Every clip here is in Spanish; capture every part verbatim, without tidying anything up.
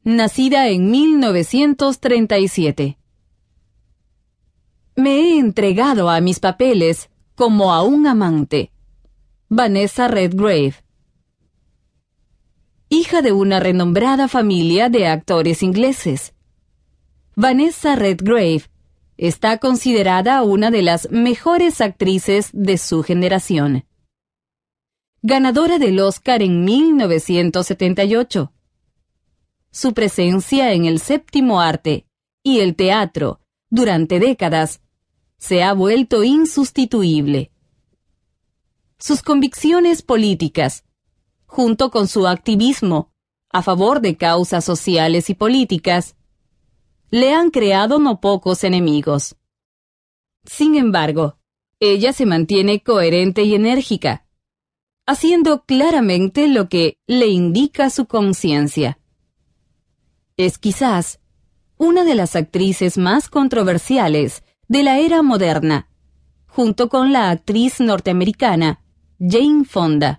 nacida en mil novecientos treinta y siete. Me he entregado a mis papeles como a un amante. Vanessa Redgrave. Hija de una renombrada familia de actores ingleses. Vanessa Redgrave está considerada una de las mejores actrices de su generación. Ganadora del Oscar en mil novecientos setenta y ocho. Su presencia en el séptimo arte y el teatro durante décadas se ha vuelto insustituible. Sus convicciones políticas, junto con su activismo a favor de causas sociales y políticas, le han creado no pocos enemigos. Sin embargo, ella se mantiene coherente y enérgica, haciendo claramente lo que le indica su conciencia. Es quizás una de las actrices más controversiales de la era moderna, junto con la actriz norteamericana Jane Fonda.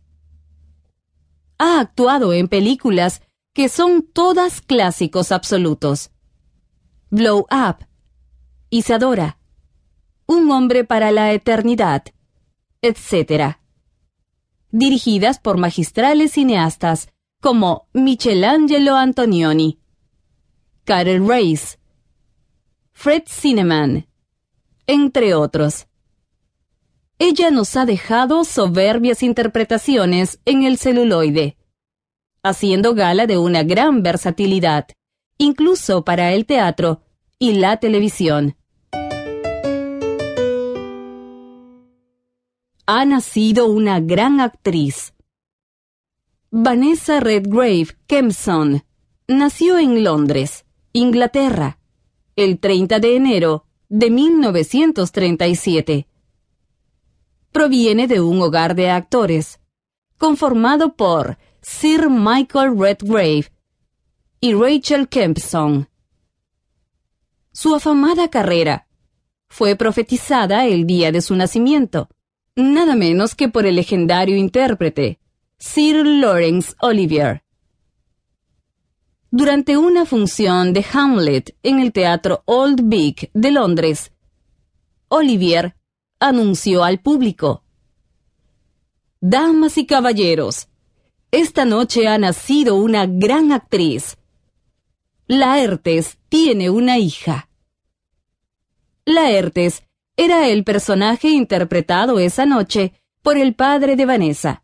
Ha actuado en películas que son todas clásicos absolutos. Blow Up, Isadora, Un hombre para la eternidad, etcétera. Dirigidas por magistrales cineastas como Michelangelo Antonioni, Karel Reisz, Fred Zinnemann, entre otros. Ella nos ha dejado soberbias interpretaciones en el celuloide, haciendo gala de una gran versatilidad, incluso para el teatro y la televisión. Ha nacido una gran actriz. Vanessa Redgrave Kempson nació en Londres, Inglaterra, el treinta de enero de mil novecientos treinta y siete. Proviene de un hogar de actores, conformado por Sir Michael Redgrave y Rachel Kempson. Su afamada carrera fue profetizada el día de su nacimiento, nada menos que por el legendario intérprete Sir Laurence Olivier. Durante una función de Hamlet en el Teatro Old Vic de Londres, Olivier anunció al público: «Damas y caballeros, esta noche ha nacido una gran actriz. Laertes tiene una hija». Laertes era el personaje interpretado esa noche por el padre de Vanessa,